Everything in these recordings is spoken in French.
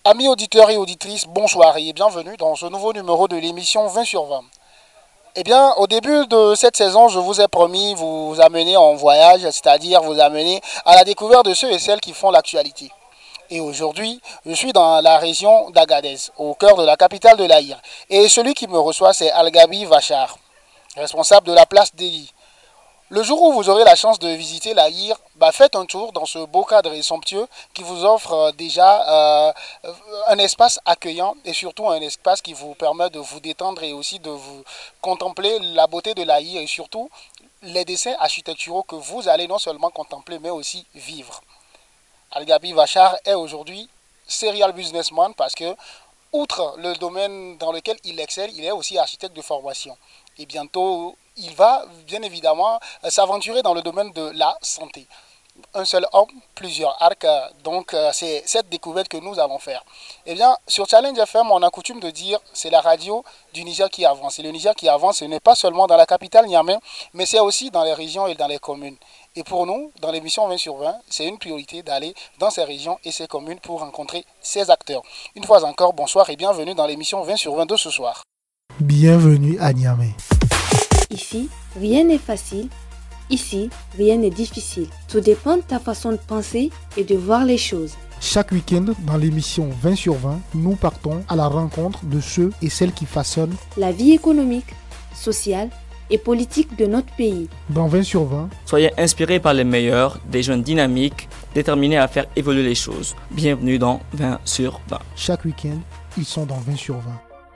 Amis auditeurs et auditrices, bonsoir et bienvenue dans ce nouveau numéro de l'émission 20 sur 20. Eh bien, au début de cette saison, je vous ai promis vous amener en voyage, c'est-à-dire vous amener à la découverte de ceux et celles qui font l'actualité. Et aujourd'hui, je suis dans la région d'Agadez, au cœur de la capitale de l'Aïr. Et celui qui me reçoit, c'est Algabi Vachar, responsable de la place d'Eli. Le jour où vous aurez la chance de visiter l'Aïr, faites un tour dans ce beau cadre et somptueux qui vous offre déjà un espace accueillant et surtout un espace qui vous permet de vous détendre et aussi de vous contempler la beauté de l'Aïr et surtout les dessins architecturaux que vous allez non seulement contempler mais aussi vivre. Algabi Vachar est aujourd'hui serial businessman parce que, outre le domaine dans lequel il excelle, il est aussi architecte de formation. Et bientôt, il va bien évidemment s'aventurer dans le domaine de la santé. Un seul homme, plusieurs arcs. Donc, c'est cette découverte que nous allons faire. Eh bien, sur Challenge FM, on a coutume de dire c'est la radio du Niger qui avance. Et le Niger qui avance, ce n'est pas seulement dans la capitale Niamey, mais c'est aussi dans les régions et dans les communes. Et pour nous, dans l'émission 20 sur 20, c'est une priorité d'aller dans ces régions et ces communes pour rencontrer ces acteurs. Une fois encore, bonsoir et bienvenue dans l'émission 20 sur 20 de ce soir. Bienvenue à Niamey. Ici, rien n'est facile. Ici, rien n'est difficile. Tout dépend de ta façon de penser et de voir les choses. Chaque week-end, dans l'émission 20 sur 20, nous partons à la rencontre de ceux et celles qui façonnent la vie économique, sociale et politique de notre pays. Dans 20 sur 20, soyez inspirés par les meilleurs, des jeunes dynamiques, déterminés à faire évoluer les choses. Bienvenue dans 20 sur 20. Chaque week-end, ils sont dans 20 sur 20.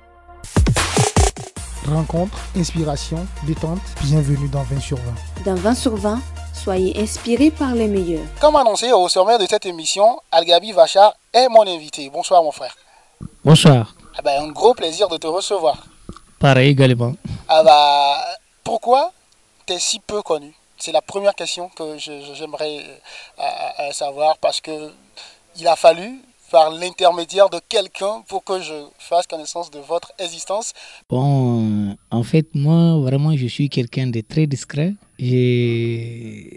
Rencontre, inspiration, détente, bienvenue dans 20 sur 20. Dans 20 sur 20, soyez inspirés par les meilleurs. Comme annoncé au sommaire de cette émission, Algabi Vachar est mon invité. Bonsoir mon frère. Bonsoir. Un gros plaisir de te recevoir. Pareil également. Pourquoi tu es si peu connu? C'est la première question que j'aimerais savoir parce que il a fallu par l'intermédiaire de quelqu'un pour que je fasse connaissance de votre existence. Bon, en fait, moi, vraiment, je suis quelqu'un de très discret. Je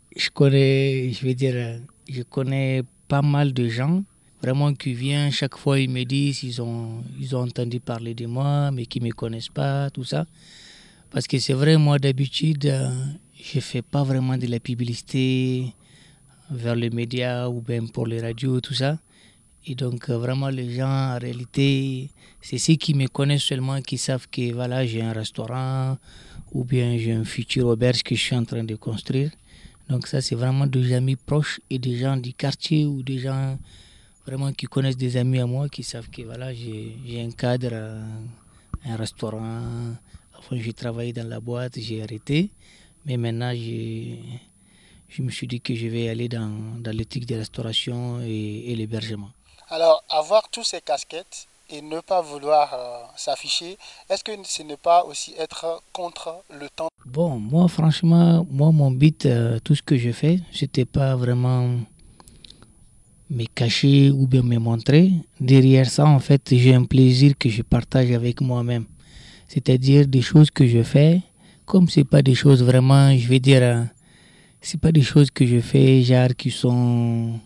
connais pas mal de gens, vraiment, qui viennent chaque fois, ils me disent, ils ont entendu parler de moi, mais qui ne me connaissent pas, tout ça. Parce que c'est vrai, moi, d'habitude, je ne fais pas vraiment de la publicité vers les médias ou même pour les radios, tout ça. Et donc, vraiment, les gens, en réalité, c'est ceux qui me connaissent seulement qui savent que voilà, j'ai un restaurant ou bien j'ai une future auberge que je suis en train de construire. Donc, ça, c'est vraiment des amis proches et des gens du quartier ou des gens vraiment qui connaissent des amis à moi qui savent que voilà, j'ai un cadre, un restaurant. Enfin, j'ai travaillé dans la boîte, j'ai arrêté. Mais maintenant, je me suis dit que je vais aller dans l'éthique de restauration et l'hébergement. Alors, avoir tous ces casquettes et ne pas vouloir s'afficher, est-ce que ce n'est pas aussi être contre le temps? Bon, moi, franchement, mon but, tout ce que je fais, c'était pas vraiment me cacher ou bien me montrer. Derrière ça, en fait, j'ai un plaisir que je partage avec moi-même. C'est-à-dire des choses que je fais, comme c'est pas des choses vraiment, je vais dire, c'est pas des choses que je fais, genre qui sont,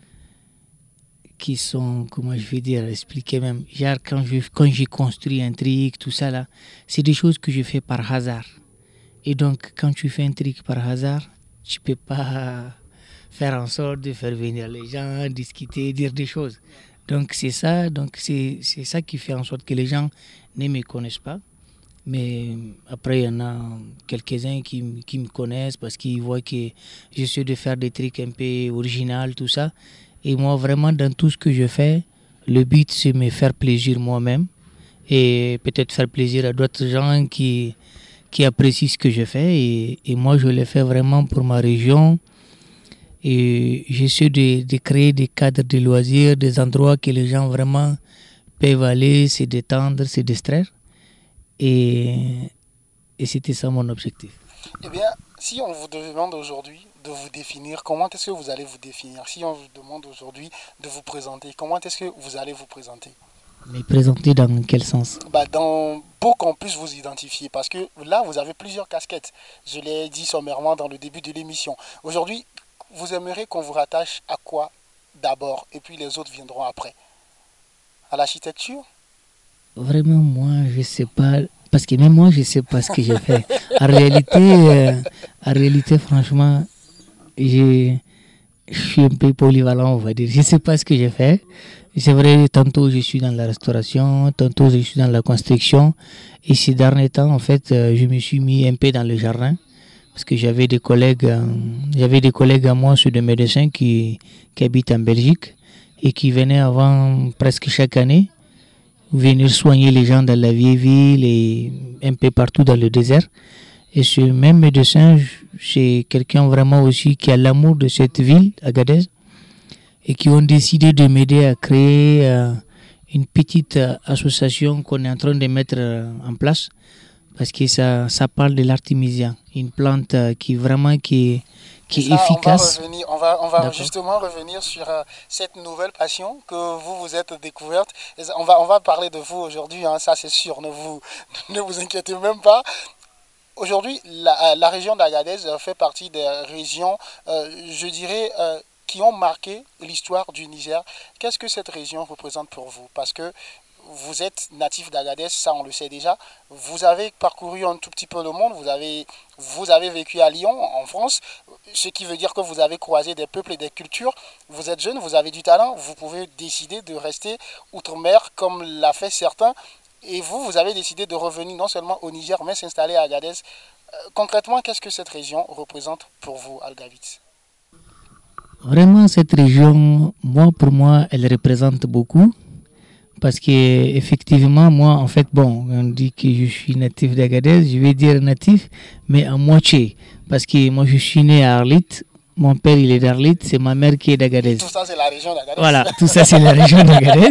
comment je vais dire, expliquer même, genre quand j'ai construit un truc, tout ça là, c'est des choses que je fais par hasard. Et donc, quand tu fais un truc par hasard, tu peux pas faire en sorte de faire venir les gens, discuter, dire des choses. Donc, c'est ça qui fait en sorte que les gens ne me connaissent pas. Mais après, il y en a quelques-uns qui me connaissent parce qu'ils voient que j'essaie de faire des trucs un peu originaux, tout ça. Et moi, vraiment, dans tout ce que je fais, le but, c'est me faire plaisir moi-même et peut-être faire plaisir à d'autres gens qui apprécient ce que je fais. Et moi, je le fais vraiment pour ma région. Et j'essaie de créer des cadres de loisirs, des endroits que les gens vraiment peuvent aller se détendre, se distraire. Et c'était ça mon objectif. Eh bien, si on vous demande aujourd'hui de vous définir, comment est-ce que vous allez vous définir? Si on vous demande aujourd'hui de vous présenter, comment est-ce que vous allez vous présenter? Mais présenter dans quel sens? Pour qu'on puisse vous identifier, parce que là, vous avez plusieurs casquettes. Je l'ai dit sommairement dans le début de l'émission. Aujourd'hui, vous aimeriez qu'on vous rattache à quoi d'abord, et puis les autres viendront après? à l'architecture? Vraiment, moi, je sais pas. Parce que même moi, je sais pas ce que j'ai fait. En réalité, franchement, je suis un peu polyvalent, on va dire. Je sais pas ce que j'ai fait. C'est vrai, tantôt je suis dans la restauration, tantôt je suis dans la construction. Et ces derniers temps, en fait, je me suis mis un peu dans le jardin. Parce que j'avais des collègues à moi, ceux de médecins qui habitent en Belgique et qui venaient avant presque chaque année venir soigner les gens dans la vieille ville et un peu partout dans le désert. Et ce même médecin, c'est quelqu'un vraiment aussi qui a l'amour de cette ville, Agadez, et qui ont décidé de m'aider à créer une petite association qu'on est en train de mettre en place. Parce que ça parle de l'artémisia, une plante qui vraiment qui est efficace. On va justement revenir sur cette nouvelle passion que vous êtes découverte. Et on va parler de vous aujourd'hui, hein, ça c'est sûr, ne vous inquiétez même pas. Aujourd'hui, la région d'Agadez fait partie des régions, je dirais, qui ont marqué l'histoire du Niger. Qu'est-ce que cette région représente pour vous? Parce que vous êtes natif d'Agadez, ça on le sait déjà. Vous avez parcouru un tout petit peu le monde, vous avez vécu à Lyon, en France, ce qui veut dire que vous avez croisé des peuples et des cultures. Vous êtes jeune, vous avez du talent, vous pouvez décider de rester outre-mer comme l'a fait certains. Et vous avez décidé de revenir non seulement au Niger, mais s'installer à Agadez. Concrètement, qu'est-ce que cette région représente pour vous, Algavitz? Vraiment, cette région, pour moi, elle représente beaucoup. Parce que effectivement, moi, en fait, bon, on dit que je suis natif d'Agadez, je vais dire natif, mais à moitié. Parce que moi, je suis né à Arlit, mon père, il est d'Arlit, c'est ma mère qui est d'Agadez. Tout ça, c'est la région d'Agadez. Voilà, tout ça, c'est la région d'Agadez.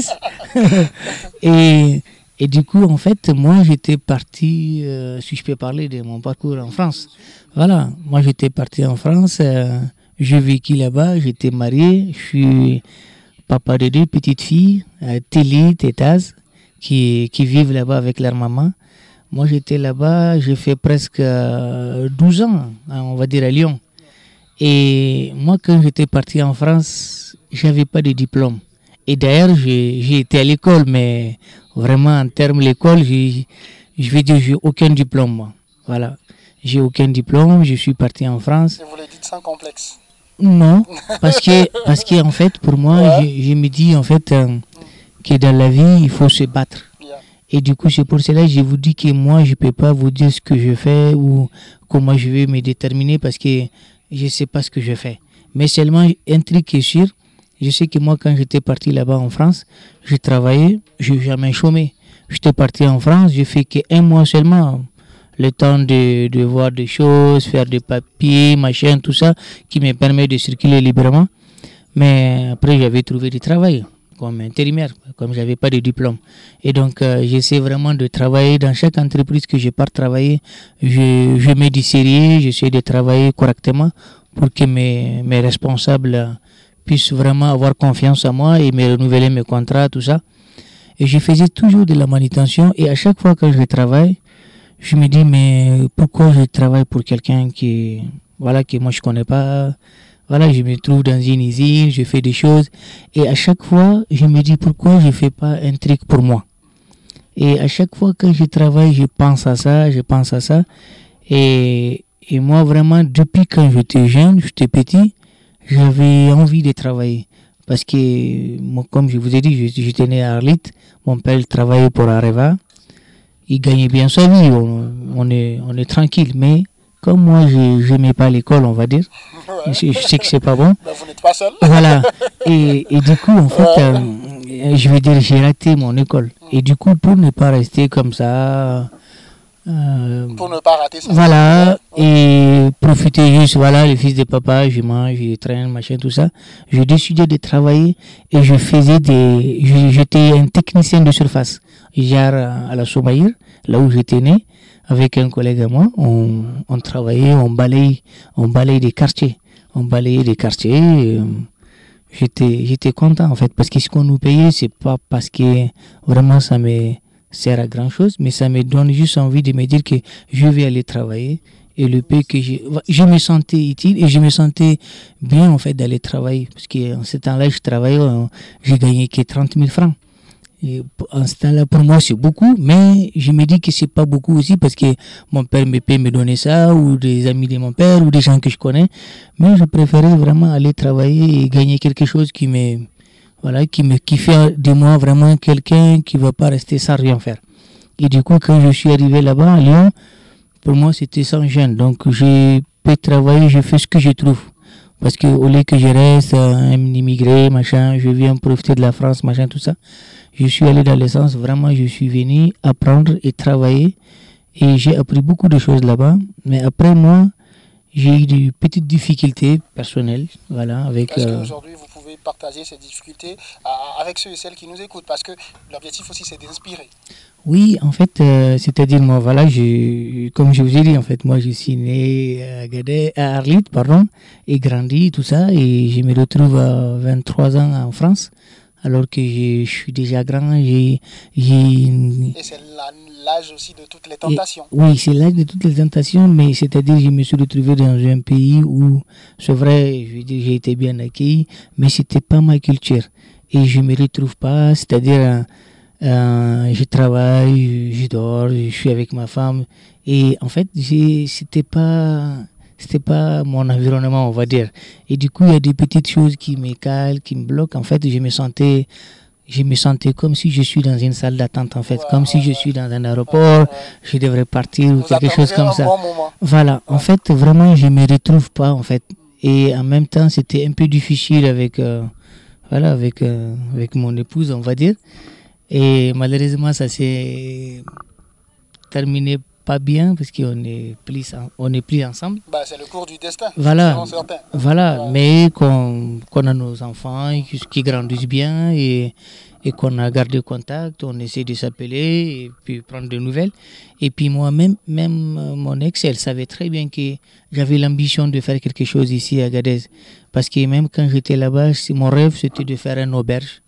et du coup, en fait, moi, j'étais parti, si je peux parler de mon parcours en France. Voilà, moi, j'étais parti en France, j'ai vécu là-bas, j'étais marié, je suis papa de 2 petites filles, Téli, Tétaz, qui vivent là-bas avec leur maman. Moi, j'étais là-bas, j'ai fait presque 12 ans, hein, on va dire à Lyon. Et moi, quand j'étais parti en France, j'avais pas de diplôme. Et d'ailleurs, j'ai été à l'école, mais vraiment, en termes d'école, je vais dire, j'ai aucun diplôme, moi. Voilà. J'ai aucun diplôme, je suis parti en France. Et vous le dites sans complexe? Non, parce que en fait, pour moi, ouais, je me dis en fait que dans la vie, il faut se battre. Yeah. Et du coup, c'est pour cela que je vous dis que moi, je ne peux pas vous dire ce que je fais ou comment je vais me déterminer parce que je ne sais pas ce que je fais. Mais seulement, un truc est sûr, je sais que moi, quand j'étais parti là-bas en France, j'ai travaillé, je n'ai jamais chômé. J'étais parti en France, j'ai fait qu'un mois seulement. Le temps de voir des choses, faire des papiers, machin, tout ça, qui me permet de circuler librement. Mais après, j'avais trouvé du travail comme intérimaire, comme je n'avais pas de diplôme. Et donc, j'essaie vraiment de travailler dans chaque entreprise que je pars travailler. Je mets du sérieux, j'essaie de travailler correctement pour que mes responsables puissent vraiment avoir confiance en moi et me renouveler mes contrats, tout ça. Et je faisais toujours de la manutention et à chaque fois que je travaille, je me dis, mais pourquoi je travaille pour quelqu'un que moi je connais pas? Voilà, je me trouve dans une usine, je fais des choses. Et à chaque fois, je me dis, pourquoi je fais pas un truc pour moi? Et à chaque fois que je travaille, je pense à ça. Et moi, vraiment, depuis quand j'étais jeune, j'étais petit, j'avais envie de travailler. Parce que, moi, comme je vous ai dit, j'étais né à Arlit. Mon père travaillait pour Areva. Il gagnait bien sa vie, on est tranquille. Mais comme moi, je n'aimais pas l'école, on va dire, ouais. Je sais que c'est pas bon. Mais vous n'êtes pas seul. Voilà. Et du coup, en fait, je vais dire, j'ai raté mon école. Et du coup, pour ne pas rester comme ça... pour ne pas rater ça. Voilà. Et profiter juste, voilà, le fils de papa, je mange, je traîne, machin, tout ça. J'ai décidé de travailler et j'étais un technicien de surface. Genre à la Somaïr, là où j'étais né, avec un collègue à moi, on travaillait, on balayait des quartiers. On balayait des quartiers. J'étais content en fait, parce que ce qu'on nous payait, c'est pas parce que vraiment ça me sert à grand chose, mais ça me donne juste envie de me dire que je vais aller travailler. Et le peu que je me sentais utile et je me sentais bien en fait d'aller travailler. Parce qu'en ce temps-là, je travaillais, j'ai gagné que 30 000 francs. Et en ce temps-là, pour moi, c'est beaucoup, mais je me dis que c'est pas beaucoup aussi parce que mon père me peut me donner ça, ou des amis de mon père, ou des gens que je connais. Mais je préférais vraiment aller travailler et gagner quelque chose voilà, qui fait de moi vraiment quelqu'un qui va pas rester sans rien faire. Et du coup, quand je suis arrivé là-bas à Lyon, pour moi, c'était sans gêne. Donc, je peux travailler, je fais ce que je trouve. Parce que au lieu que je reste un immigré, machin, je viens profiter de la France, machin, tout ça. Je suis allé dans l'essence, vraiment, je suis venu apprendre et travailler. Et j'ai appris beaucoup de choses là-bas. Mais après, moi, j'ai eu des petites difficultés personnelles, voilà, avec... Est-ce qu'aujourd'hui, vous pouvez partager ces difficultés avec ceux et celles qui nous écoutent? Parce que l'objectif aussi, c'est d'inspirer. Oui, en fait, c'est-à-dire, moi, voilà, comme je vous ai dit, en fait, moi, je suis né à Arlit, pardon, et grandi, tout ça, et je me retrouve à 23 ans en France, alors que je suis déjà grand, Et c'est l'âge aussi de toutes les tentations. Oui, c'est l'âge de toutes les tentations, mais c'est-à-dire, je me suis retrouvé dans un pays où, c'est vrai, je veux dire, j'ai été bien accueilli, mais c'était pas ma culture, et je me retrouve pas, c'est-à-dire... je travaille, je dors, je suis avec ma femme. Et en fait, c'était pas mon environnement, on va dire. Et du coup, il y a des petites choses qui me calent, qui me bloquent. En fait, je me sentais comme si je suis dans une salle d'attente, en fait. Comme si je suis dans un aéroport, je devrais partir ou quelque chose comme ça. Bon moment. Voilà. En fait, vraiment, je me retrouve pas, en fait. Et en même temps, c'était un peu difficile avec mon épouse, on va dire. Et malheureusement, ça s'est terminé pas bien parce qu'on est plus ensemble. Bah, c'est le cours du destin. Voilà, voilà. Mais qu'on a nos enfants qui grandissent bien et qu'on a gardé contact, on essaie de s'appeler et puis prendre des nouvelles. Et puis moi-même, mon ex, elle savait très bien que j'avais l'ambition de faire quelque chose ici à Agadez. Parce que même quand j'étais là-bas, mon rêve, c'était de faire une auberge.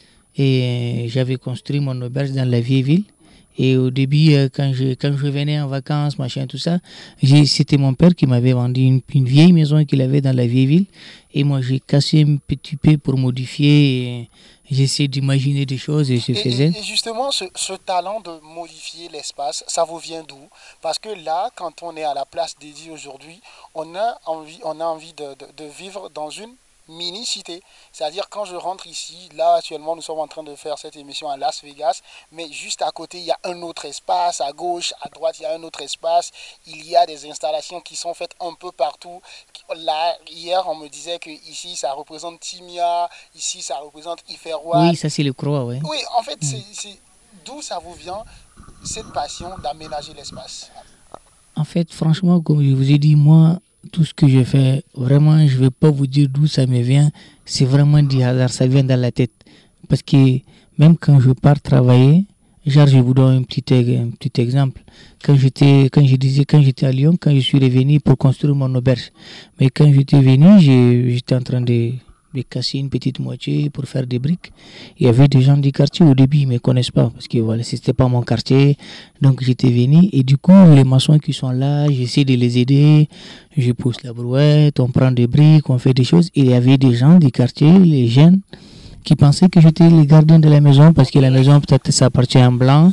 Et j'avais construit mon auberge dans la vieille ville. Et au début, quand je venais en vacances, machin, tout ça, c'était mon père qui m'avait vendu une vieille maison qu'il avait dans la vieille ville. Et moi, j'ai cassé un petit peu pour modifier. J'essaie d'imaginer des choses et je faisais. Et justement, ce talent de modifier l'espace, ça vous vient d'où? Parce que là, quand on est à la place dédiée aujourd'hui, on a envie de vivre dans une mini-cité. C'est-à-dire quand je rentre ici, là actuellement nous sommes en train de faire cette émission à Las Vegas, mais juste à côté il y a un autre espace, à gauche, à droite il y a un autre espace, il y a des installations qui sont faites un peu partout. Là, hier on me disait que ici ça représente Timia, ici ça représente Iferrois. Oui, ça c'est le Croix, oui. Oui, en fait c'est d'où ça vous vient cette passion d'aménager l'espace? En fait, franchement, comme je vous ai dit, moi, tout ce que je fais, vraiment, je ne vais pas vous dire d'où ça me vient. C'est vraiment du hasard, ça vient dans la tête. Parce que même quand je pars travailler, genre, je vous donne un petit exemple. Quand j'étais à Lyon, quand je suis revenu pour construire mon auberge, mais quand j'étais venu, j'étais en train de casser une petite moitié pour faire des briques. Il y avait des gens du quartier au début, ils ne me connaissent pas parce que voilà, c'était pas mon quartier. Donc j'étais venu et du coup, les maçons qui sont là, j'essaie de les aider. Je pousse la brouette, on prend des briques, on fait des choses. Et il y avait des gens du quartier, les jeunes, qui pensaient que j'étais le gardien de la maison parce que la maison peut-être ça appartient en blanc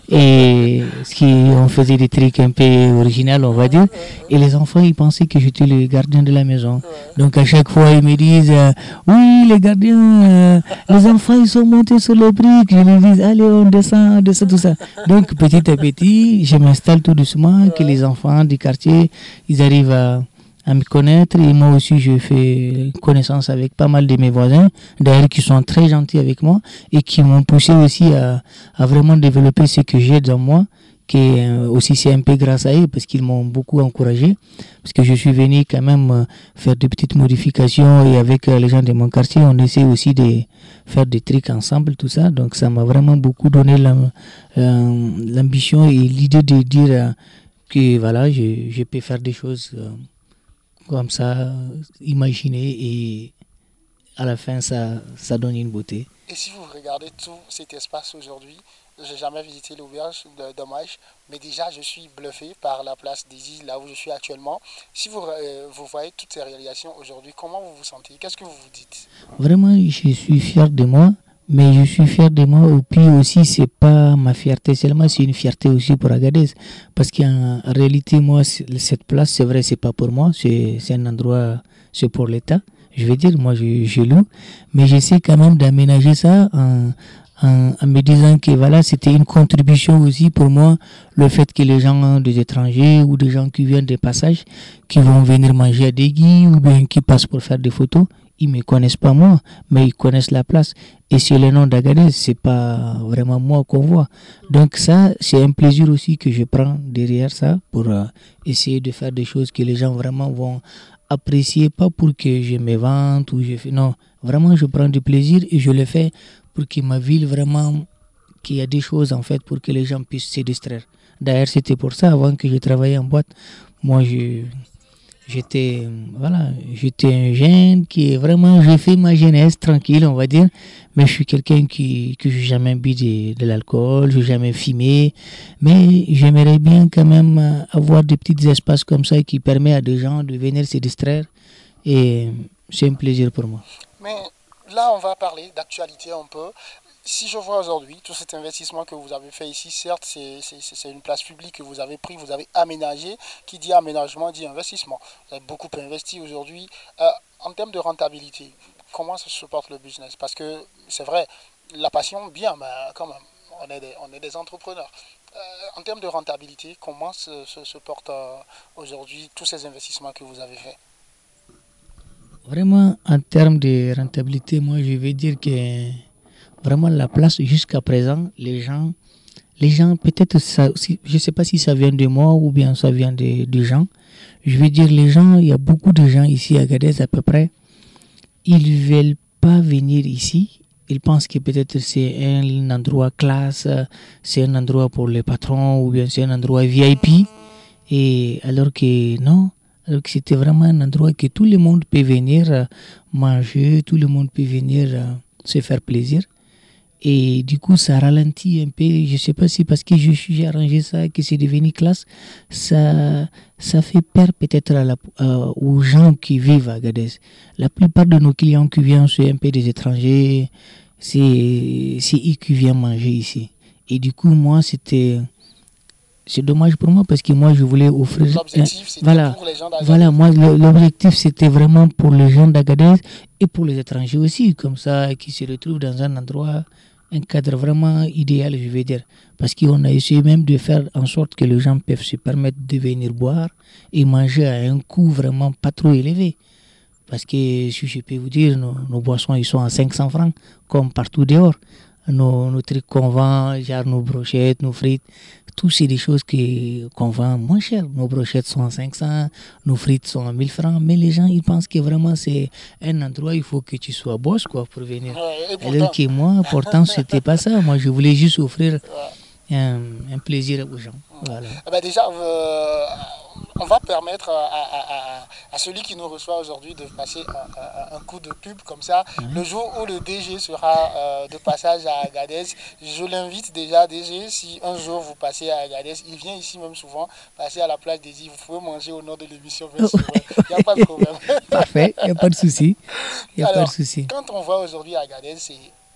et on faisait des trucs un peu originaux, on va dire, et les enfants ils pensaient que j'étais le gardien de la maison. Donc à chaque fois ils me disent oui les gardiens, les enfants ils sont montés sur les briques, je leur dis allez on descend tout ça. Donc petit à petit je m'installe tout doucement, que les enfants du quartier ils arrivent à me connaître et moi aussi je fais connaissance avec pas mal de mes voisins d'ailleurs qui sont très gentils avec moi et qui m'ont poussé aussi à vraiment développer ce que j'ai dans moi, qui aussi c'est un peu grâce à eux parce qu'ils m'ont beaucoup encouragé parce que je suis venu quand même faire de petites modifications et avec les gens de mon quartier on essaie aussi de faire des trucs ensemble tout ça, donc ça m'a vraiment beaucoup donné l'ambition et l'idée de dire que voilà je peux faire des choses comme ça, imaginer et à la fin ça donne une beauté. Et si vous regardez tout cet espace aujourd'hui, j'ai jamais visité l'auberge, dommage, mais déjà je suis bluffé par la place d'Izy, là où je suis actuellement. Si vous voyez toutes ces réalisations aujourd'hui, comment vous vous sentez? Qu'est-ce que vous vous dites? Vraiment, je suis fier de moi, Mais je suis fier de moi. Et puis aussi, c'est pas ma fierté seulement, c'est une fierté aussi pour Agadez. Parce qu'en réalité, moi, cette place, c'est vrai, c'est pas pour moi. C'est un endroit, c'est pour l'État. Je vais dire, moi, je loue. Mais j'essaie quand même d'aménager ça en me disant que voilà, c'était une contribution aussi pour moi, le fait que les gens des étrangers ou des gens qui viennent des passages, qui vont venir manger à Degui ou bien qui passent pour faire des photos, ils ne me connaissent pas moi, mais ils connaissent la place. Et c'est le nom d'Agadez, c'est pas vraiment moi qu'on voit. Donc ça, c'est un plaisir aussi que je prends derrière ça pour essayer de faire des choses que les gens vraiment vont apprécier, pas pour que je me vante ou je fais... Non, vraiment je prends du plaisir et je le fais pour que ma ville vraiment, qu'il y a des choses en fait pour que les gens puissent se distraire. D'ailleurs, c'était pour ça, avant que je travaillais en boîte, moi j'étais un jeune qui est vraiment, j'ai fait ma jeunesse tranquille, on va dire, mais je suis quelqu'un qui n'ai jamais bu de l'alcool, je n'ai jamais fumé, mais j'aimerais bien quand même avoir des petits espaces comme ça qui permettent à des gens de venir se distraire et c'est un plaisir pour moi. Mais là, on va parler d'actualité un peu. Si je vois aujourd'hui tout cet investissement que vous avez fait ici, certes, c'est une place publique que vous avez pris, vous avez aménagé. Qui dit aménagement dit investissement. Vous avez beaucoup investi aujourd'hui. En termes de rentabilité, comment ça se porte le business? Parce que c'est vrai, la passion, bien, mais quand même, on est des entrepreneurs. En termes de rentabilité, comment se portent aujourd'hui tous ces investissements que vous avez faits? Vraiment, en termes de rentabilité, moi, je vais dire que vraiment la place jusqu'à présent, les gens peut-être ça, je ne sais pas si ça vient de moi ou bien ça vient des gens. Je vais dire les gens, il y a beaucoup de gens ici à Agadez à peu près, ils ne veulent pas venir ici. Ils pensent que peut-être c'est un endroit classe, c'est un endroit pour les patrons ou bien c'est un endroit VIP. Et alors que non, alors que c'était vraiment un endroit que tout le monde peut venir manger, tout le monde peut venir se faire plaisir. Et du coup, ça ralentit un peu. Je ne sais pas si parce que j'ai arrangé ça, que c'est devenu classe, ça fait peur peut-être aux gens qui vivent à Agadez. La plupart de nos clients qui viennent, c'est un peu des étrangers, c'est eux qui viennent manger ici. Et du coup, moi, c'est dommage pour moi parce que moi, je voulais offrir... L'objectif, c'était pour les gens d'Agadez. Voilà, moi, l'objectif, c'était vraiment pour les gens d'Agadez et pour les étrangers aussi, comme ça, qui se retrouvent dans un endroit, un cadre vraiment idéal, je vais dire. Parce qu'on a essayé même de faire en sorte que les gens peuvent se permettre de venir boire et manger à un coût vraiment pas trop élevé. Parce que, si je peux vous dire, nos boissons, ils sont à 500 francs, comme partout dehors. Nos trucs qu'on vend, genre nos brochettes, nos frites, tout c'est des choses qu'on vend moins cher. Nos brochettes sont à 500, nos frites sont à 1000 francs, mais les gens ils pensent que vraiment c'est un endroit, il faut que tu sois boss quoi pour venir. Alors que moi, pourtant c'était pas ça. Moi je voulais juste offrir un plaisir aux gens. Voilà. Déjà, on va permettre à celui qui nous reçoit aujourd'hui de passer un coup de pub comme ça. Le jour où le DG sera de passage à Agadez, je l'invite déjà, DG, si un jour vous passez à Agadez, il vient ici même souvent, passer à la plage des îles, vous pouvez manger au nom de l'émission. Il n'y a pas de problème. Parfait, il n'y a pas de souci. Quand on voit aujourd'hui à Agadez, c'est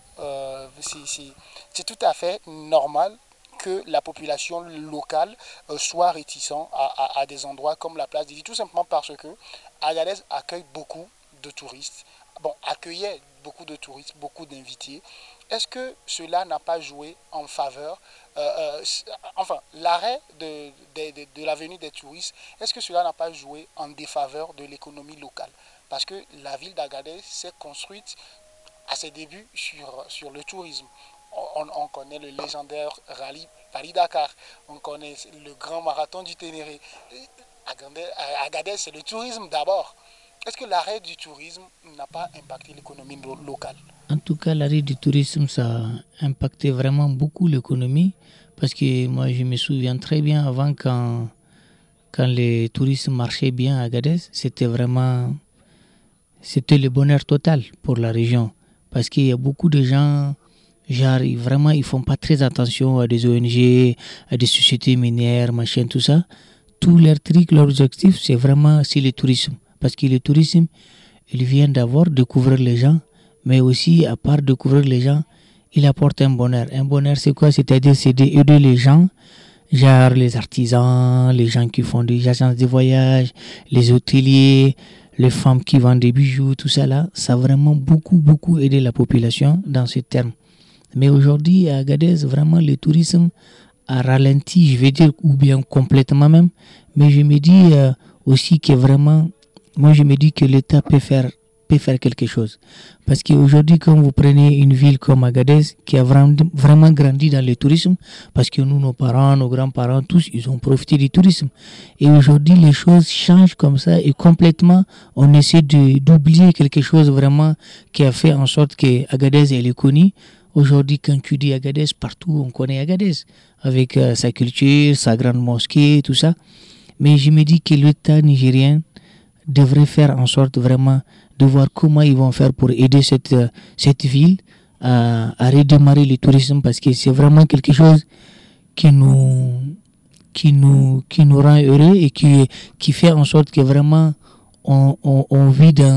tout à fait normal que la population locale soit réticente à des endroits comme la place des îles, tout simplement parce que Agadez accueille beaucoup de touristes, accueillait beaucoup de touristes, beaucoup d'invités. Est-ce que cela n'a pas joué en faveur, l'arrêt de la venue des touristes, est-ce que cela n'a pas joué en défaveur de l'économie locale? Parce que la ville d'Agadez s'est construite à ses débuts sur le tourisme. On connaît le légendaire rallye Paris-Dakar, on connaît le grand marathon du Ténéré. Agadez, c'est le tourisme d'abord. Est-ce que l'arrêt du tourisme n'a pas impacté l'économie locale? En tout cas, l'arrêt du tourisme, ça a impacté vraiment beaucoup l'économie. Parce que moi, je me souviens très bien avant quand les touristes marchaient bien à Agadez, c'était le bonheur total pour la région. Parce qu'il y a beaucoup de gens... Genre, vraiment, ils font pas très attention à des ONG, à des sociétés minières, machin, tout ça. Tous leurs trucs, leurs objectifs, c'est le tourisme. Parce que le tourisme, il vient d'abord découvrir les gens, mais aussi, à part découvrir les gens, il apporte un bonheur. Un bonheur, c'est quoi? C'est-à-dire, c'est d'aider les gens, genre les artisans, les gens qui font des agences de voyage, les hôteliers, les femmes qui vendent des bijoux, tout ça là. Ça a vraiment beaucoup aidé la population dans ce terme. Mais aujourd'hui, à Agadez, vraiment, le tourisme a ralenti, je vais dire, ou bien complètement même. Mais je me dis aussi que vraiment, moi je me dis que l'État peut faire quelque chose. Parce qu'aujourd'hui, quand vous prenez une ville comme Agadez, qui a vraiment grandi dans le tourisme, parce que nous, nos parents, nos grands-parents, tous, ils ont profité du tourisme. Et aujourd'hui, les choses changent comme ça et complètement, on essaie d'oublier quelque chose vraiment qui a fait en sorte que Agadez, elle est connue. Aujourd'hui, quand tu dis Agadez, partout, on connaît Agadez, avec sa culture, sa grande mosquée, tout ça. Mais je me dis que l'État nigérien devrait faire en sorte vraiment de voir comment ils vont faire pour aider cette ville à redémarrer le tourisme, parce que c'est vraiment quelque chose qui nous rend heureux et qui fait en sorte que vraiment on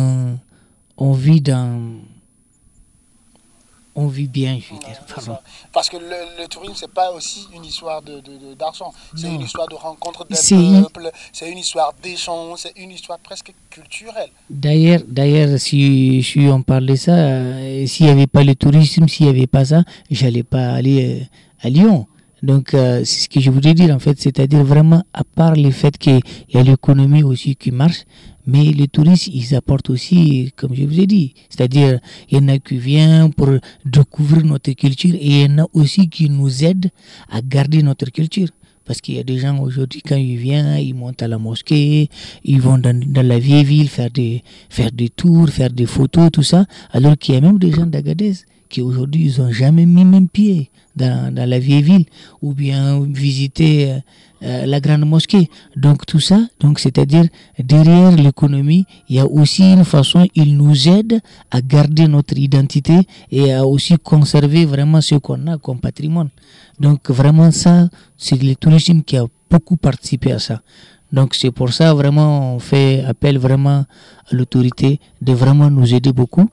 vit bien, je veux dire. Pardon. Parce que le tourisme, c'est pas aussi une histoire d'argent. C'est une histoire de rencontre des peuples, c'est une histoire d'échange, c'est une histoire presque culturelle. D'ailleurs, si on parle de ça, s'il n'y avait pas le tourisme, s'il n'y avait pas ça, j'allais pas aller à Lyon. Donc, c'est ce que je voudrais dire en fait, c'est-à-dire vraiment, à part le fait qu'il y a l'économie aussi qui marche, mais les touristes, ils apportent aussi, comme je vous ai dit, c'est-à-dire, il y en a qui viennent pour découvrir notre culture et il y en a aussi qui nous aident à garder notre culture. Parce qu'il y a des gens aujourd'hui, quand ils viennent, ils montent à la mosquée, ils vont dans la vieille ville faire des tours, faire des photos, tout ça, alors qu'il y a même des gens d'Agadez qui aujourd'hui, ils n'ont jamais mis même pied dans la vieille ville ou bien visiter la grande mosquée. Donc tout ça, c'est-à-dire derrière l'économie, il y a aussi une façon, ils nous aident à garder notre identité et à aussi conserver vraiment ce qu'on a comme patrimoine. Donc vraiment ça, c'est le tourisme qui a beaucoup participé à ça. Donc c'est pour ça vraiment on fait appel vraiment à l'autorité de vraiment nous aider beaucoup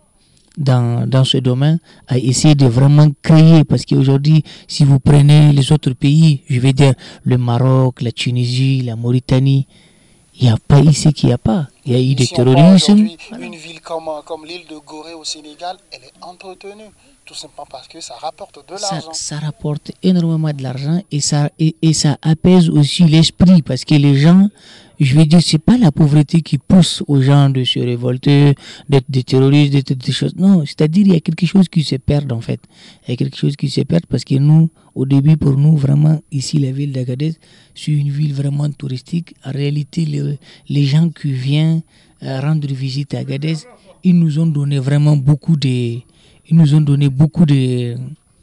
dans ce domaine, à essayer de vraiment créer, parce qu'aujourd'hui, si vous prenez les autres pays, je vais dire le Maroc, la Tunisie, la Mauritanie, il n'y a pas ici qu'il n'y a pas. Il y a eu des terrorismes. Une ville comme l'île de Gorée au Sénégal, elle est entretenue, tout simplement parce que ça rapporte de l'argent. Ça rapporte énormément de l'argent et ça apaise aussi l'esprit, parce que les gens, je veux dire, c'est pas la pauvreté qui pousse aux gens de se révolter, d'être des terroristes, d'être des choses. Non, c'est-à-dire il y a quelque chose qui se perd en fait. Il y a quelque chose qui se perd parce que nous, au début, pour nous, vraiment, ici, la ville d'Agadez, c'est une ville vraiment touristique. En réalité, les gens qui viennent rendre visite à Agadez, ils nous ont donné vraiment beaucoup de... Ils nous ont donné beaucoup de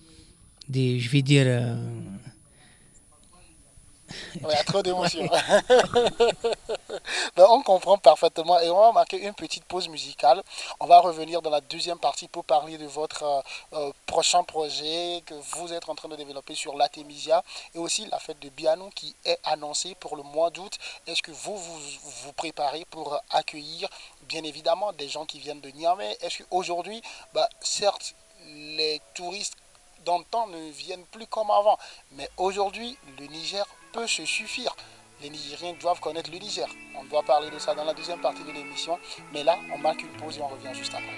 je vais dire... Il y a trop d'émotions. Ben, on comprend parfaitement et on va marquer une petite pause musicale. On va revenir dans la deuxième partie pour parler de votre prochain projet que vous êtes en train de développer sur l'Artemisia et aussi la fête de Bianou qui est annoncée pour le mois d'août. Est-ce que vous préparez pour accueillir bien évidemment des gens qui viennent de Niamey? Est-ce qu'aujourd'hui, certes, les touristes d'antan ne viennent plus comme avant, mais aujourd'hui, le Niger peut se suffire. Les Nigériens doivent connaître le Niger. On doit parler de ça dans la deuxième partie de l'émission, mais là, on marque une pause et on revient juste après.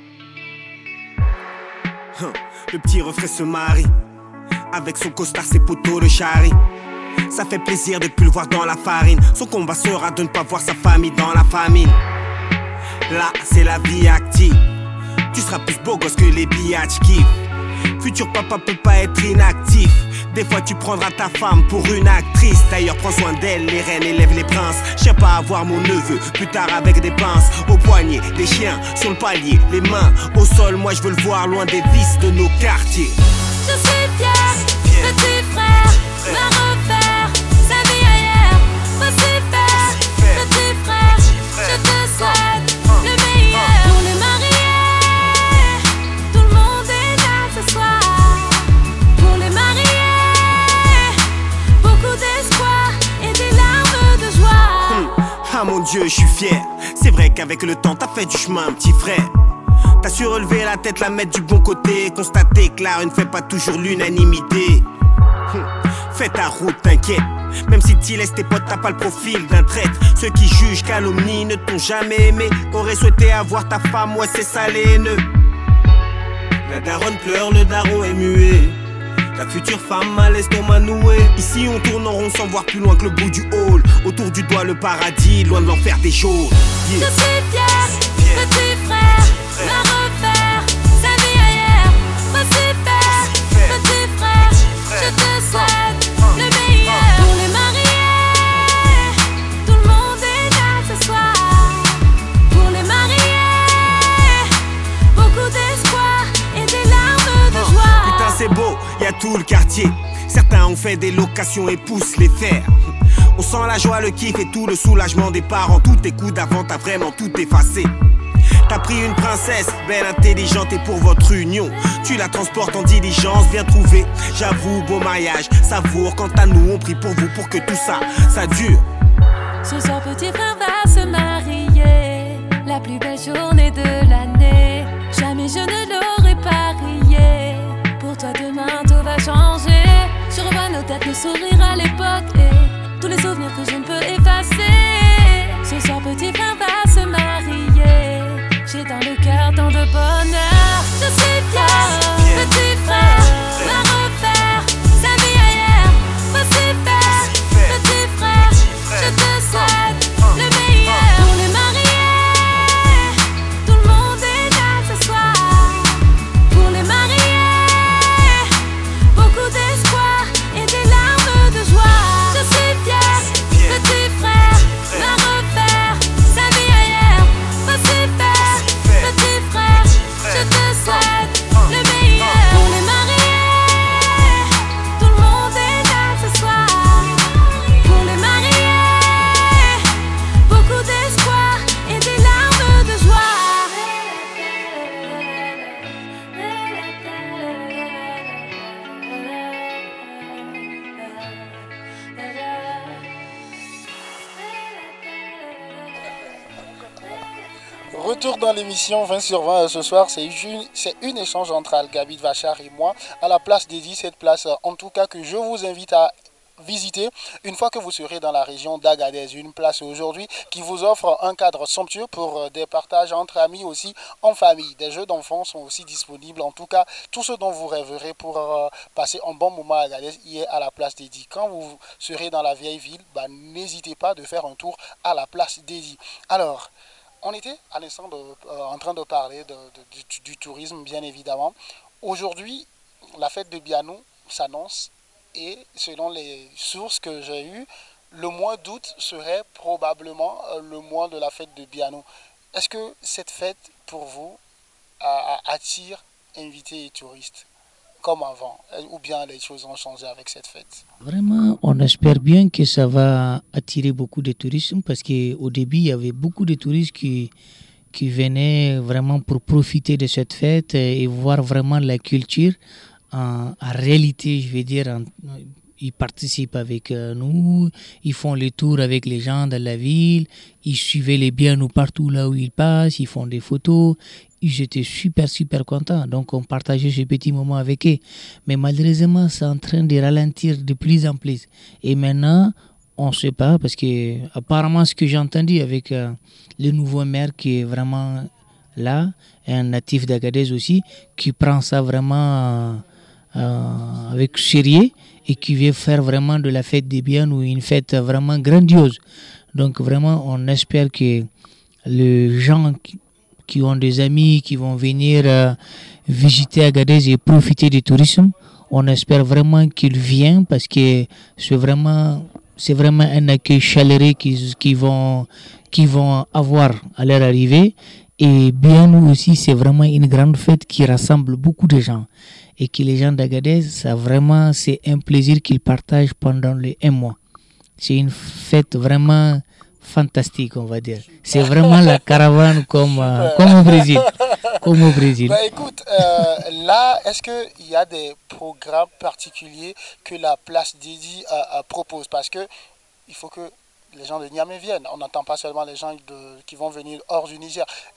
Le petit refrain se marie avec son costard, ses poteaux de chari. Ça fait plaisir de plus le voir dans la farine. Son combat sera de ne pas voir sa famille dans la famine. Là, c'est la vie active. Tu seras plus beau gosse que les biatchs kiffent. Futur papa peut pas être inactif. Des fois tu prendras ta femme pour une actrice. D'ailleurs prends soin d'elle, les reines élèvent les princes. Je sais pas avoir mon neveu, plus tard avec des pinces. Au poignet, des chiens, sur le palier, les mains au sol. Moi je veux le voir loin des vices de nos quartiers. Je suis fier, petit frère, me refaire sa vie ailleurs. Aussi faire, petit frère, je te souhaite le meilleur. Pour le marier, tout le monde est là ce soir. Pour le marier, beaucoup d'espoir et des larmes de joie. Ah mon Dieu, je suis fier. C'est vrai qu'avec le temps, t'as fait du chemin, petit frère. T'as su relever la tête, la mettre du bon côté. Constater que l'art ne fait pas toujours l'unanimité. Fais ta route, t'inquiète. Même si t'y laisses tes potes, t'as pas le profil d'un traître. Ceux qui jugent, calomnient, ne t'ont jamais aimé. Auraient souhaité avoir ta femme, ouais c'est ça les haineux. La daronne pleure, le daron est muet. Ta future femme a l'estomac noué. Ici on tourne en rond sans voir plus loin que le bout du hall. Autour du doigt le paradis, loin de l'enfer des jours. Je suis fier, petit frère, me refaire sa vie ailleurs. Pas super, petit frère, je te souhaite le meilleur. Pour les mariés, tout le monde est là ce soir. Pour les mariés, beaucoup d'espoir et des larmes de joie. Putain c'est beau, y'a tout le quartier. Certains ont fait des locations et poussent les fers. On sent la joie, le kiff et tout le soulagement des parents. Tous tes coups d'avant, t'as vraiment tout effacé. T'as pris une princesse, belle, intelligente et pour votre union tu la transportes en diligence, bien trouvée. J'avoue, beau mariage, savoure. Quant à nous, on prie pour vous pour que tout ça, ça dure. Ce soir petit frère va se marier, la plus belle journée de l'année. Jamais je ne l'aurais parié. Pour toi demain tout va changer. Je revois nos têtes, nos sourires à l'époque et tous les souvenirs que je ne peux effacer. Ce soir petit frère va se marier. J'ai dans le cœur tant de bonheur. Je suis fier, petit frère, va refaire sa vie ailleurs. Pas super, petit frère, je te souhaite le meilleur. Pour les mariés, tout le monde est là ce soir. Pour les mariés, beaucoup d'espoir et des larmes de joie. Je suis fier, petit frère, va refaire sa vie ailleurs. Pas super, petit frère, je te souhaite le meilleur. Pour les mariés, tout le monde est là ce soir. Pour les mariés, beaucoup d'espoir et des larmes de joie. Retour dans l'émission 20 sur 20 ce soir, c'est une échange entre Al-Gabid Vachar et moi à la place dédiée, cette place en tout cas que je vous invite à visiter une fois que vous serez dans la région d'Agadez, une place aujourd'hui qui vous offre un cadre somptueux pour des partages entre amis aussi en famille. Des jeux d'enfants sont aussi disponibles, en tout cas tout ce dont vous rêverez pour passer un bon moment à Agadez y est à la place dédiée. Quand vous serez dans la vieille ville, n'hésitez pas de faire un tour à la place dédiée. Alors, on était à l'instant en train de parler du tourisme, bien évidemment. Aujourd'hui, la fête de Bianou s'annonce et selon les sources que j'ai eues, le mois d'août serait probablement le mois de la fête de Bianou. Est-ce que cette fête, pour vous, attire invités et touristes comme avant, ou bien les choses ont changé avec cette fête? Vraiment, on espère bien que ça va attirer beaucoup de tourisme parce qu'au début, il y avait beaucoup de touristes qui venaient vraiment pour profiter de cette fête et voir vraiment la culture en réalité, je veux dire. Ils participent avec nous, ils font les tours avec les gens de la ville, ils suivaient les biens partout là où ils passent, ils font des photos. Ils étaient super contents, donc on partageait ce petit moment avec eux. Mais malheureusement, c'est en train de ralentir de plus en plus. Et maintenant, on ne sait pas, parce que apparemment, ce que j'ai entendu avec le nouveau maire qui est vraiment là, un natif d'Agadez aussi, qui prend ça vraiment avec sérieux et qui veut faire vraiment de la fête des biens ou une fête vraiment grandiose. Donc vraiment, on espère que les gens qui ont des amis qui vont venir visiter Agadez et profiter du tourisme, on espère vraiment qu'ils viennent parce que c'est vraiment un accueil chaleureux qu'ils vont avoir à leur arrivée. Et bien nous aussi, c'est vraiment une grande fête qui rassemble beaucoup de gens. Et que les gens d'Agadez, c'est un plaisir qu'ils partagent pendant les 1 mois. C'est une fête vraiment fantastique, on va dire. C'est vraiment la caravane comme au Brésil. Comme au Brésil. Écoute, là, est-ce qu'il y a des programmes particuliers que la place dédiée propose? Parce que il faut que les gens de Niamey viennent. On n'entend pas seulement les gens qui vont venir hors du Niger. Est-ce que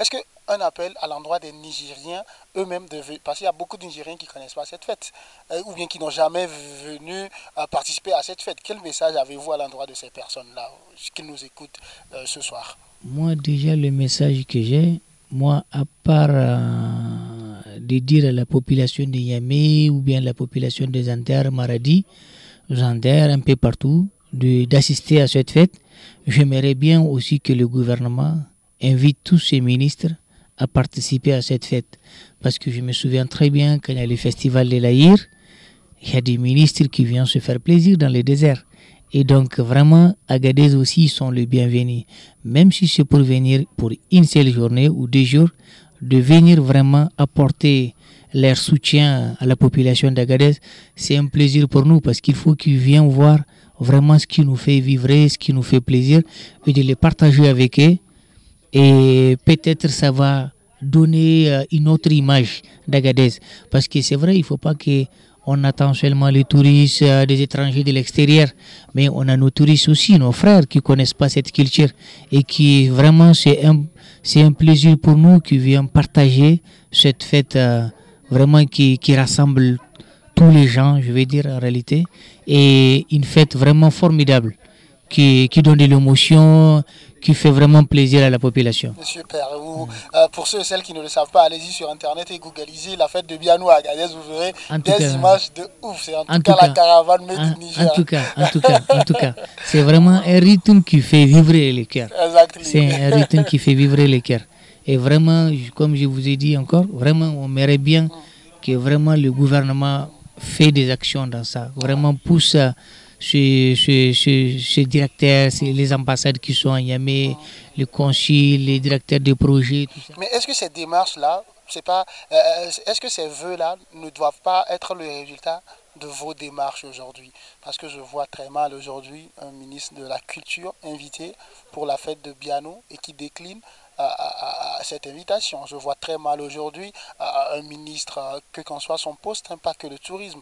un appel à l'endroit des Nigériens eux-mêmes, parce qu'il y a beaucoup de Nigériens qui ne connaissent pas cette fête, ou bien qui n'ont jamais venu participer à cette fête. Quel message avez-vous à l'endroit de ces personnes-là qui nous écoutent ce soir? Moi, déjà, le message que j'ai, moi, à part de dire à la population de Niamey ou bien la population de Zander, Maradi, Zander, un peu partout, d'assister à cette fête, j'aimerais bien aussi que le gouvernement invite tous ses ministres à participer à cette fête. Parce que je me souviens très bien quand il y a le festival de l'Aïr, il y a des ministres qui viennent se faire plaisir dans les déserts. Et donc vraiment, Agadez aussi sont les bienvenus. Même si c'est pour venir pour une seule journée ou 2 jours, de venir vraiment apporter leur soutien à la population d'Agadez, c'est un plaisir pour nous parce qu'il faut qu'ils viennent voir vraiment ce qui nous fait vibrer, ce qui nous fait plaisir et de les partager avec eux. Et peut-être ça va donner une autre image d'Agadez. Parce que c'est vrai, il ne faut pas qu'on attend seulement les touristes des étrangers de l'extérieur, mais on a nos touristes aussi, nos frères qui ne connaissent pas cette culture et qui vraiment c'est un plaisir pour nous qui viennent partager cette fête vraiment qui rassemble tous les gens, je vais dire en réalité, et une fête vraiment formidable qui donne de l'émotion, qui fait vraiment plaisir à la population. Super. Pour ceux et celles qui ne le savent pas, allez-y sur Internet et googlez la fête de Bianou à Agadez, vous verrez des images de ouf. C'est en tout cas la caravane Made in Niger. En tout cas, c'est vraiment un rythme qui fait vibrer les cœurs. C'est un rythme qui fait vibrer les cœurs. Et vraiment, comme je vous ai dit encore, vraiment, on aimerait bien que vraiment le gouvernement fait des actions dans ça, vraiment pousse ces directeurs, les ambassades qui sont à Niamey, les consuls, les directeurs de projets, tout ça. Mais est-ce que ces démarches-là, est-ce que ces vœux-là ne doivent pas être le résultat de vos démarches aujourd'hui? Parce que je vois très mal aujourd'hui un ministre de la Culture invité pour la fête de Bianou et qui décline à cette invitation. Je vois très mal aujourd'hui un ministre, que qu'en soit son poste, pas que le tourisme.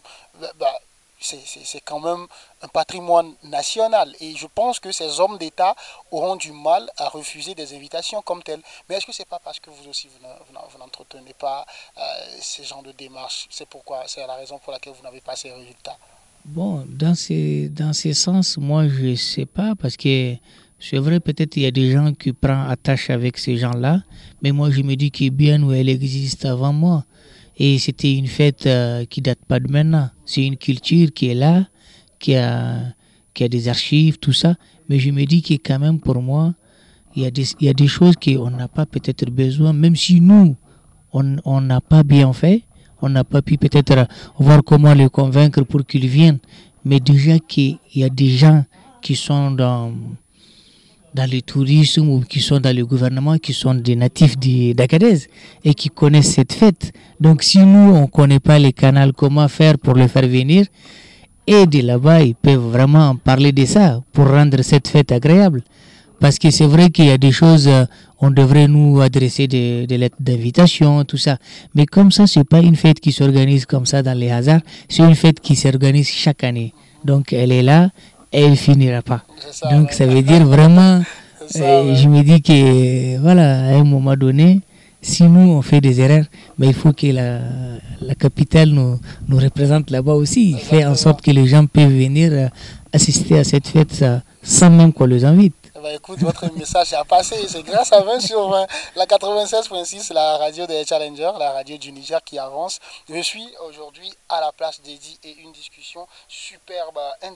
C'est quand même un patrimoine national et je pense que ces hommes d'État auront du mal à refuser des invitations comme telles. Mais est-ce que ce n'est pas parce que vous aussi vous n'entretenez pas ce genre de démarche? C'est la raison pour laquelle vous n'avez pas ces résultats? Bon, dans ces sens, moi je ne sais pas parce que c'est vrai, peut-être il y a des gens qui prennent attache avec ces gens-là, mais moi je me dis que bien où elle existe avant moi. Et c'était une fête qui date pas de maintenant. C'est une culture qui est là, qui a des archives, tout ça. Mais je me dis que quand même pour moi, il y a des choses qu'on n'a pas peut-être besoin, même si nous, on n'a pas bien fait, on n'a pas pu peut-être voir comment les convaincre pour qu'ils viennent. Mais déjà qu'il y a des gens qui sont dans le tourisme ou qui sont dans le gouvernement, qui sont des natifs d'Agadez et qui connaissent cette fête. Donc si nous, on ne connaît pas les canaux, comment faire pour les faire venir, et de là-bas, ils peuvent vraiment en parler de ça pour rendre cette fête agréable. Parce que c'est vrai qu'il y a des choses, on devrait nous adresser des lettres d'invitation, tout ça. Mais comme ça, ce n'est pas une fête qui s'organise comme ça dans les hasards, c'est une fête qui s'organise chaque année. Donc elle est là, et elle ne finira pas. Donc ça veut dire vraiment, je me dis que voilà, à un moment donné, si nous on fait des erreurs, mais il faut que la capitale nous représente là-bas aussi. Fait en sorte que les gens peuvent venir assister à cette fête sans même qu'on les invite. Écoute, votre message a passé, c'est grâce à 20 sur 20, la 96.6, la radio des Challengers, la radio du Niger qui avance. Je suis aujourd'hui à la place d'Eddy et une discussion superbe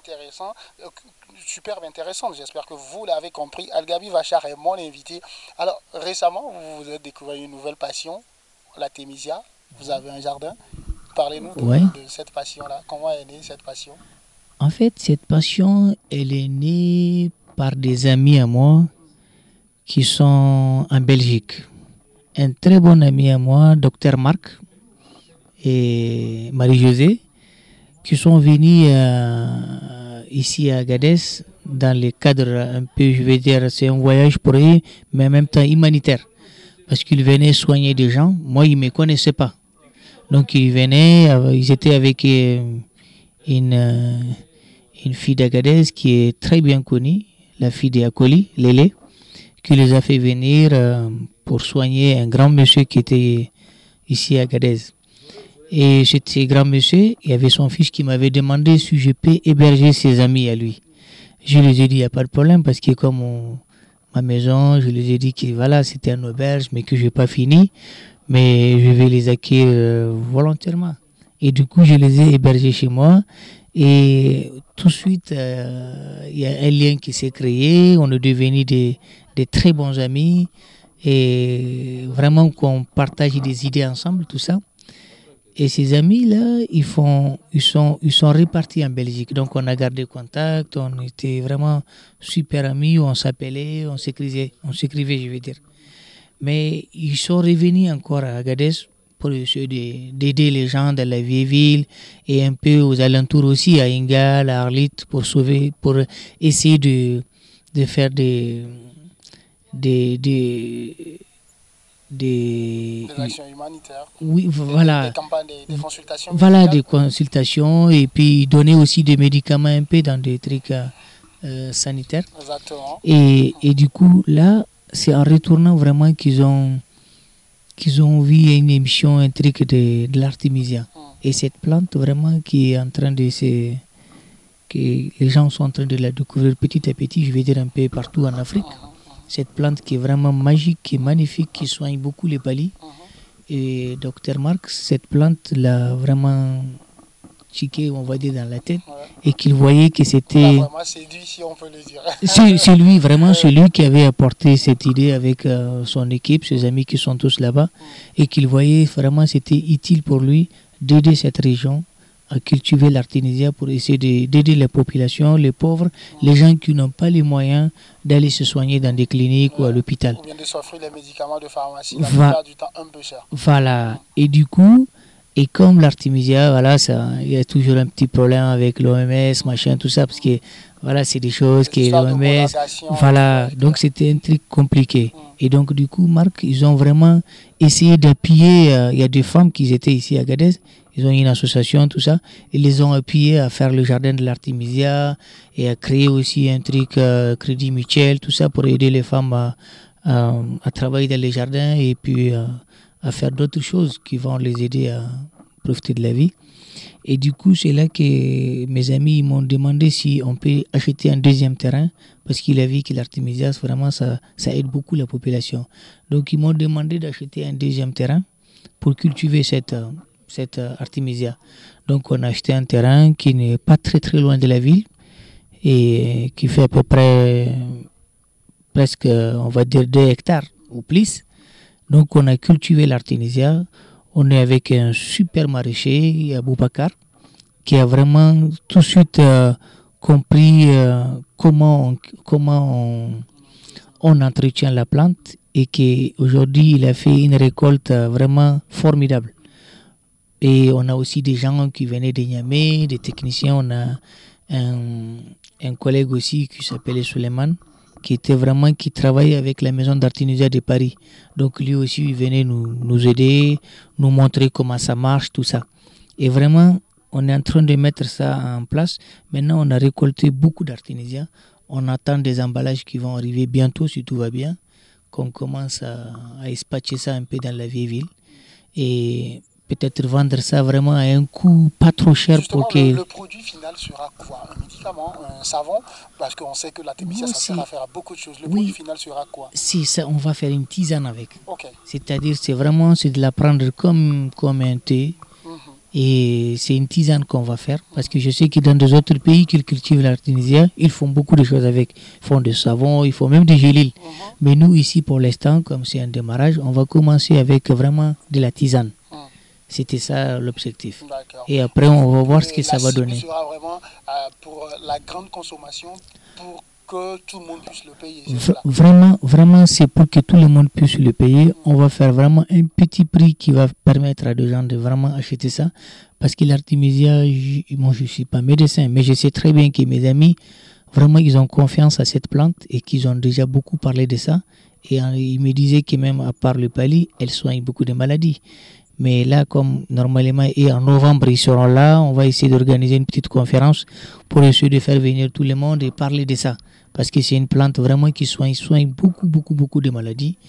intéressante. J'espère que vous l'avez compris. Algabi Vachar est mon invité. Alors, récemment, vous avez découvert une nouvelle passion, la Thémisia. Vous avez un jardin. Parlez-nous de cette passion-là. Comment est née cette passion? En fait, cette passion, elle est née par des amis à moi qui sont en Belgique. Un très bon ami à moi, Dr Marc et Marie-Josée, qui sont venus ici à Agadez dans le cadre un peu, je vais dire, c'est un voyage pour eux, mais en même temps humanitaire. Parce qu'ils venaient soigner des gens. Moi, ils ne me connaissaient pas. Donc, ils venaient, ils étaient avec une fille d'Agadez qui est très bien connue, la fille d'Akoli, Lélé, qui les a fait venir pour soigner un grand monsieur qui était ici à Gadez. Et ce grand monsieur, il y avait son fils qui m'avait demandé si je peux héberger ses amis à lui. Je lui ai dit, il n'y a pas de problème, parce que comme ma maison, je lui ai dit que voilà, c'était une auberge, mais que je n'ai pas fini, mais je vais les accueillir volontairement. Et du coup, je les ai hébergés chez moi. Et tout de suite, il y a un lien qui s'est créé. On est devenus des très bons amis. Et vraiment, qu'on partage des idées ensemble, tout ça. Et ces amis-là, ils sont répartis en Belgique. Donc, on a gardé contact. On était vraiment super amis. On s'appelait, on s'écrivait, je veux dire. Mais ils sont revenus encore à Agadez pour essayer d'aider les gens dans la vieille ville et un peu aux alentours aussi, à Ingal, à Arlit, pour essayer de faire des actions humanitaires. Oui, voilà. Des campagnes, des consultations. Voilà, des consultations et puis donner aussi des médicaments un peu dans des trucs sanitaires. Exactement. Et du coup, là, c'est en retournant vraiment qu'ils ont vu une émission, un truc de l'artémisia. Et cette plante vraiment qui est en train que les gens sont en train de la découvrir petit à petit, je vais dire un peu partout en Afrique. Cette plante qui est vraiment magique, qui est magnifique, qui soigne beaucoup les palais. Et Dr Marx, cette plante l'a vraiment chiqué, on va dire, dans la tête, et qu'il voyait que c'était... Vraiment séduit, si on peut le dire. C'est lui, vraiment, c'est lui qui avait apporté cette idée avec son équipe, ses amis qui sont tous là-bas, et qu'il voyait vraiment c'était utile pour lui d'aider cette région à cultiver l'artémisia pour essayer d'aider la population, les pauvres, les gens qui n'ont pas les moyens d'aller se soigner dans des cliniques ou à l'hôpital. Ou bien de s'offrir les médicaments de pharmacie, la plupart du temps un peu cher. Voilà, et du coup... Et comme l'artémisia, voilà, il y a toujours un petit problème avec l'OMS, machin, tout ça, parce que voilà, c'est des choses que l'OMS, voilà, donc c'était un truc compliqué. Et donc du coup, Marc, ils ont vraiment essayé d'appuyer, il y a des femmes qui étaient ici à Gadez, ils ont une association, tout ça, ils les ont appuyés à faire le jardin de l'artémisia et à créer aussi un truc, crédit mutuel, tout ça, pour aider les femmes à travailler dans les jardins et puis à faire d'autres choses qui vont les aider à profiter de la vie. Et du coup, c'est là que mes amis m'ont demandé si on peut acheter un deuxième terrain, parce qu'il a vu que l'artémisia, vraiment, ça aide beaucoup la population. Donc, ils m'ont demandé d'acheter un deuxième terrain pour cultiver cette artémisia. Donc, on a acheté un terrain qui n'est pas très très loin de la ville et qui fait à peu près presque, on va dire, 2 hectares ou plus. Donc, on a cultivé l'artémisia. On est avec un super maraîcher, Aboubacar, qui a vraiment tout de suite compris comment on entretient la plante et qu'aujourd'hui, il a fait une récolte vraiment formidable. Et on a aussi des gens qui venaient de Niamey, des techniciens. On a un collègue aussi qui s'appelait Suleiman, qui travaillait avec la maison d'artémisia de Paris. Donc lui aussi, il venait nous aider, nous montrer comment ça marche, tout ça. Et vraiment, on est en train de mettre ça en place. Maintenant, on a récolté beaucoup d'artémisia. On attend des emballages qui vont arriver bientôt, si tout va bien, qu'on commence à dispatcher ça un peu dans la vieille ville. Et peut-être vendre ça vraiment à un coût pas trop cher. Justement, pour que... le produit final sera quoi? Un médicament, un savon? Parce qu'on sait que l'artémisia, ça sert à faire beaucoup de choses. Le produit final sera quoi? Si, ça, on va faire une tisane avec. Okay. C'est-à-dire, c'est de la prendre comme un thé. Et c'est une tisane qu'on va faire. Parce que je sais que dans des autres pays qui cultivent l'artémisia, ils font beaucoup de choses avec. Ils font des savons, ils font même des géliles. Mais nous, ici, pour l'instant, comme c'est un démarrage, on va commencer avec vraiment de la tisane. C'était ça l'objectif. Et après, on va voir ce que ça va donner. La cible sera vraiment pour la grande consommation, pour que tout le monde puisse le payer. Vraiment, c'est pour que tout le monde puisse le payer. On va faire vraiment un petit prix qui va permettre à des gens de vraiment acheter ça. Parce que l'artémisia, moi je ne suis pas médecin, mais je sais très bien que mes amis, vraiment, ils ont confiance à cette plante et qu'ils ont déjà beaucoup parlé de ça. Et ils me disaient que même à part le palis, elle soigne beaucoup de maladies. Mais là, comme normalement, et en novembre, ils seront là, on va essayer d'organiser une petite conférence pour essayer de faire venir tout le monde et parler de ça. Parce que c'est une plante vraiment qui soigne beaucoup de maladies.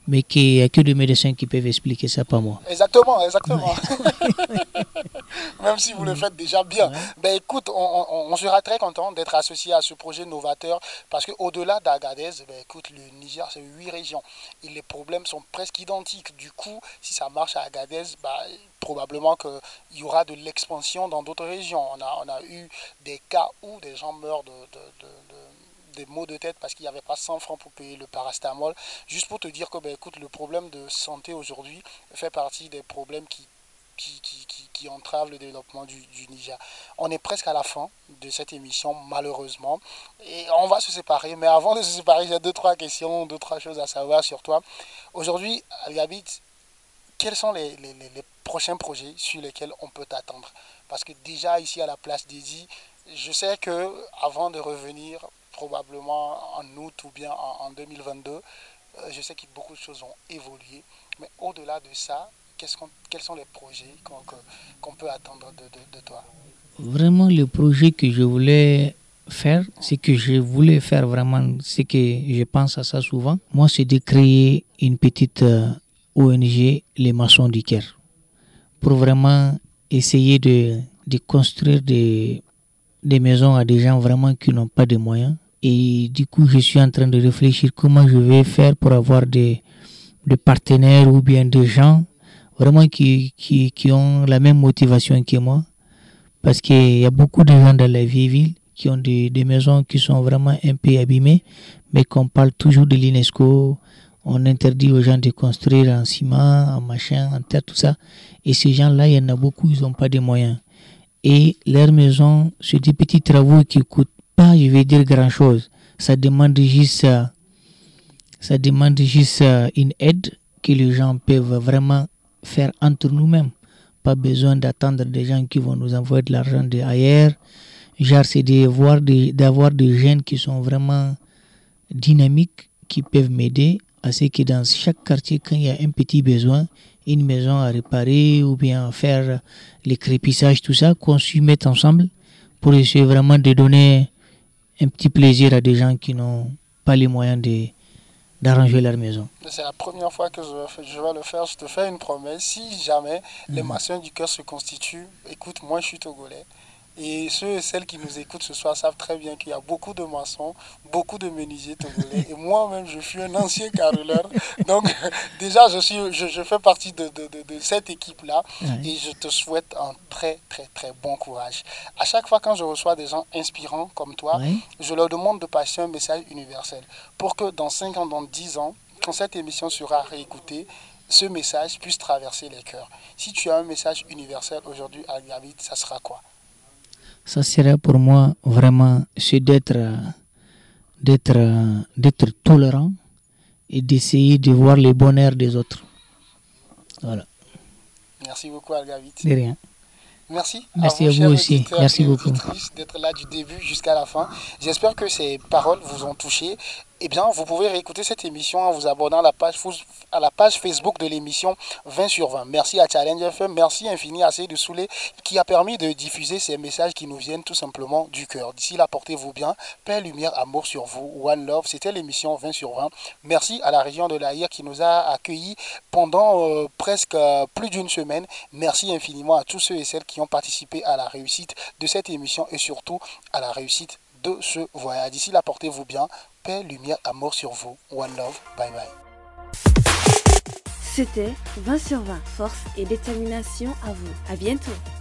mais qu'il n'y a que des médecins qui peuvent expliquer ça, pas moi. Exactement, exactement. Même si vous le faites déjà bien. Ben écoute, on sera très content d'être associé à ce projet novateur parce qu'au-delà d'Agadez, ben écoute, le Niger, c'est 8 régions et les problèmes sont presque identiques. Du coup, si ça marche à Agadez, ben, probablement qu'il y aura de l'expansion dans d'autres régions. On a eu des cas où des gens meurent des maux de tête parce qu'il n'y avait pas 100 francs pour payer le paracétamol. Juste pour te dire que ben, écoute, le problème de santé aujourd'hui fait partie des problèmes qui entravent le développement du Niger. On est presque à la fin de cette émission, malheureusement. Et on va se séparer. Mais avant de se séparer, j'ai 2-3 questions, 2-3 choses à savoir sur toi. Aujourd'hui, Algabit, quels sont les prochains projets sur lesquels on peut t'attendre? Parce que déjà, ici à la place d'Eddie, je sais que avant de revenir, probablement en août ou bien en 2022, je sais que beaucoup de choses ont évolué. Mais au-delà de ça, quels sont les projets qu'on peut attendre de toi? Vraiment, le projet que je voulais faire, c'est que je voulais faire vraiment, c'est que je pense à ça souvent. Moi, c'est de créer une petite ONG, les maçons du Caire, pour vraiment essayer de construire des maisons à des gens vraiment qui n'ont pas de moyens. Et du coup, je suis en train de réfléchir comment je vais faire pour avoir des partenaires ou bien des gens vraiment qui ont la même motivation que moi. Parce qu'il y a beaucoup de gens dans la vieille ville qui ont des maisons qui sont vraiment un peu abîmées, mais qu'on parle toujours de l'UNESCO. On interdit aux gens de construire en ciment, en machin, en terre, tout ça. Et ces gens-là, il y en a beaucoup, ils n'ont pas de moyens. Et leurs maisons, c'est des petits travaux qui ne coûtent pas, je vais dire, grand-chose. Ça demande juste une aide que les gens peuvent vraiment faire entre nous-mêmes. Pas besoin d'attendre des gens qui vont nous envoyer de l'argent d'ailleurs. Genre, c'est d'avoir des jeunes qui sont vraiment dynamiques, qui peuvent m'aider à ce que dans chaque quartier, quand il y a un petit besoin, une maison à réparer ou bien faire les crépissages, tout ça, qu'on s'y mette ensemble pour essayer vraiment de donner un petit plaisir à des gens qui n'ont pas les moyens d'arranger leur maison. C'est la première fois que je vais le faire. Je te fais une promesse. Si jamais les maçons du cœur se constituent, écoute, moi je suis togolais. Et ceux et celles qui nous écoutent ce soir savent très bien qu'il y a beaucoup de maçons, beaucoup de menuisiers togolais. Et moi-même, je suis un ancien carreleur. Donc, déjà, je fais partie de cette équipe-là. Et je te souhaite un très, très, très bon courage. À chaque fois, quand je reçois des gens inspirants comme toi, je leur demande de passer un message universel. Pour que dans 5 ans, dans 10 ans, quand cette émission sera réécoutée, ce message puisse traverser les cœurs. Si tu as un message universel aujourd'hui à Algabit, ça sera quoi? Ça serait pour moi vraiment d'être tolérant et d'essayer de voir le bonheur des autres. Voilà. Merci beaucoup, Algabit. De rien. Merci à vous aussi. Merci beaucoup d'être là du début jusqu'à la fin. J'espère que ces paroles vous ont touché. Eh bien, vous pouvez réécouter cette émission en vous abonnant à la page Facebook de l'émission 20 sur 20. Merci à Challenge FM, merci infini à Seydou Soulé qui a permis de diffuser ces messages qui nous viennent tout simplement du cœur. D'ici là, portez-vous bien. Paix, lumière, amour sur vous. One Love, c'était l'émission 20 sur 20. Merci à la région de l'Aïr qui nous a accueillis pendant presque plus d'une semaine. Merci infiniment à tous ceux et celles qui ont participé à la réussite de cette émission et surtout à la réussite de ce voyage. D'ici là, portez-vous bien. Paix, lumière, amour sur vous. One love. Bye bye. C'était 20 sur 20. Force et détermination à vous. À bientôt.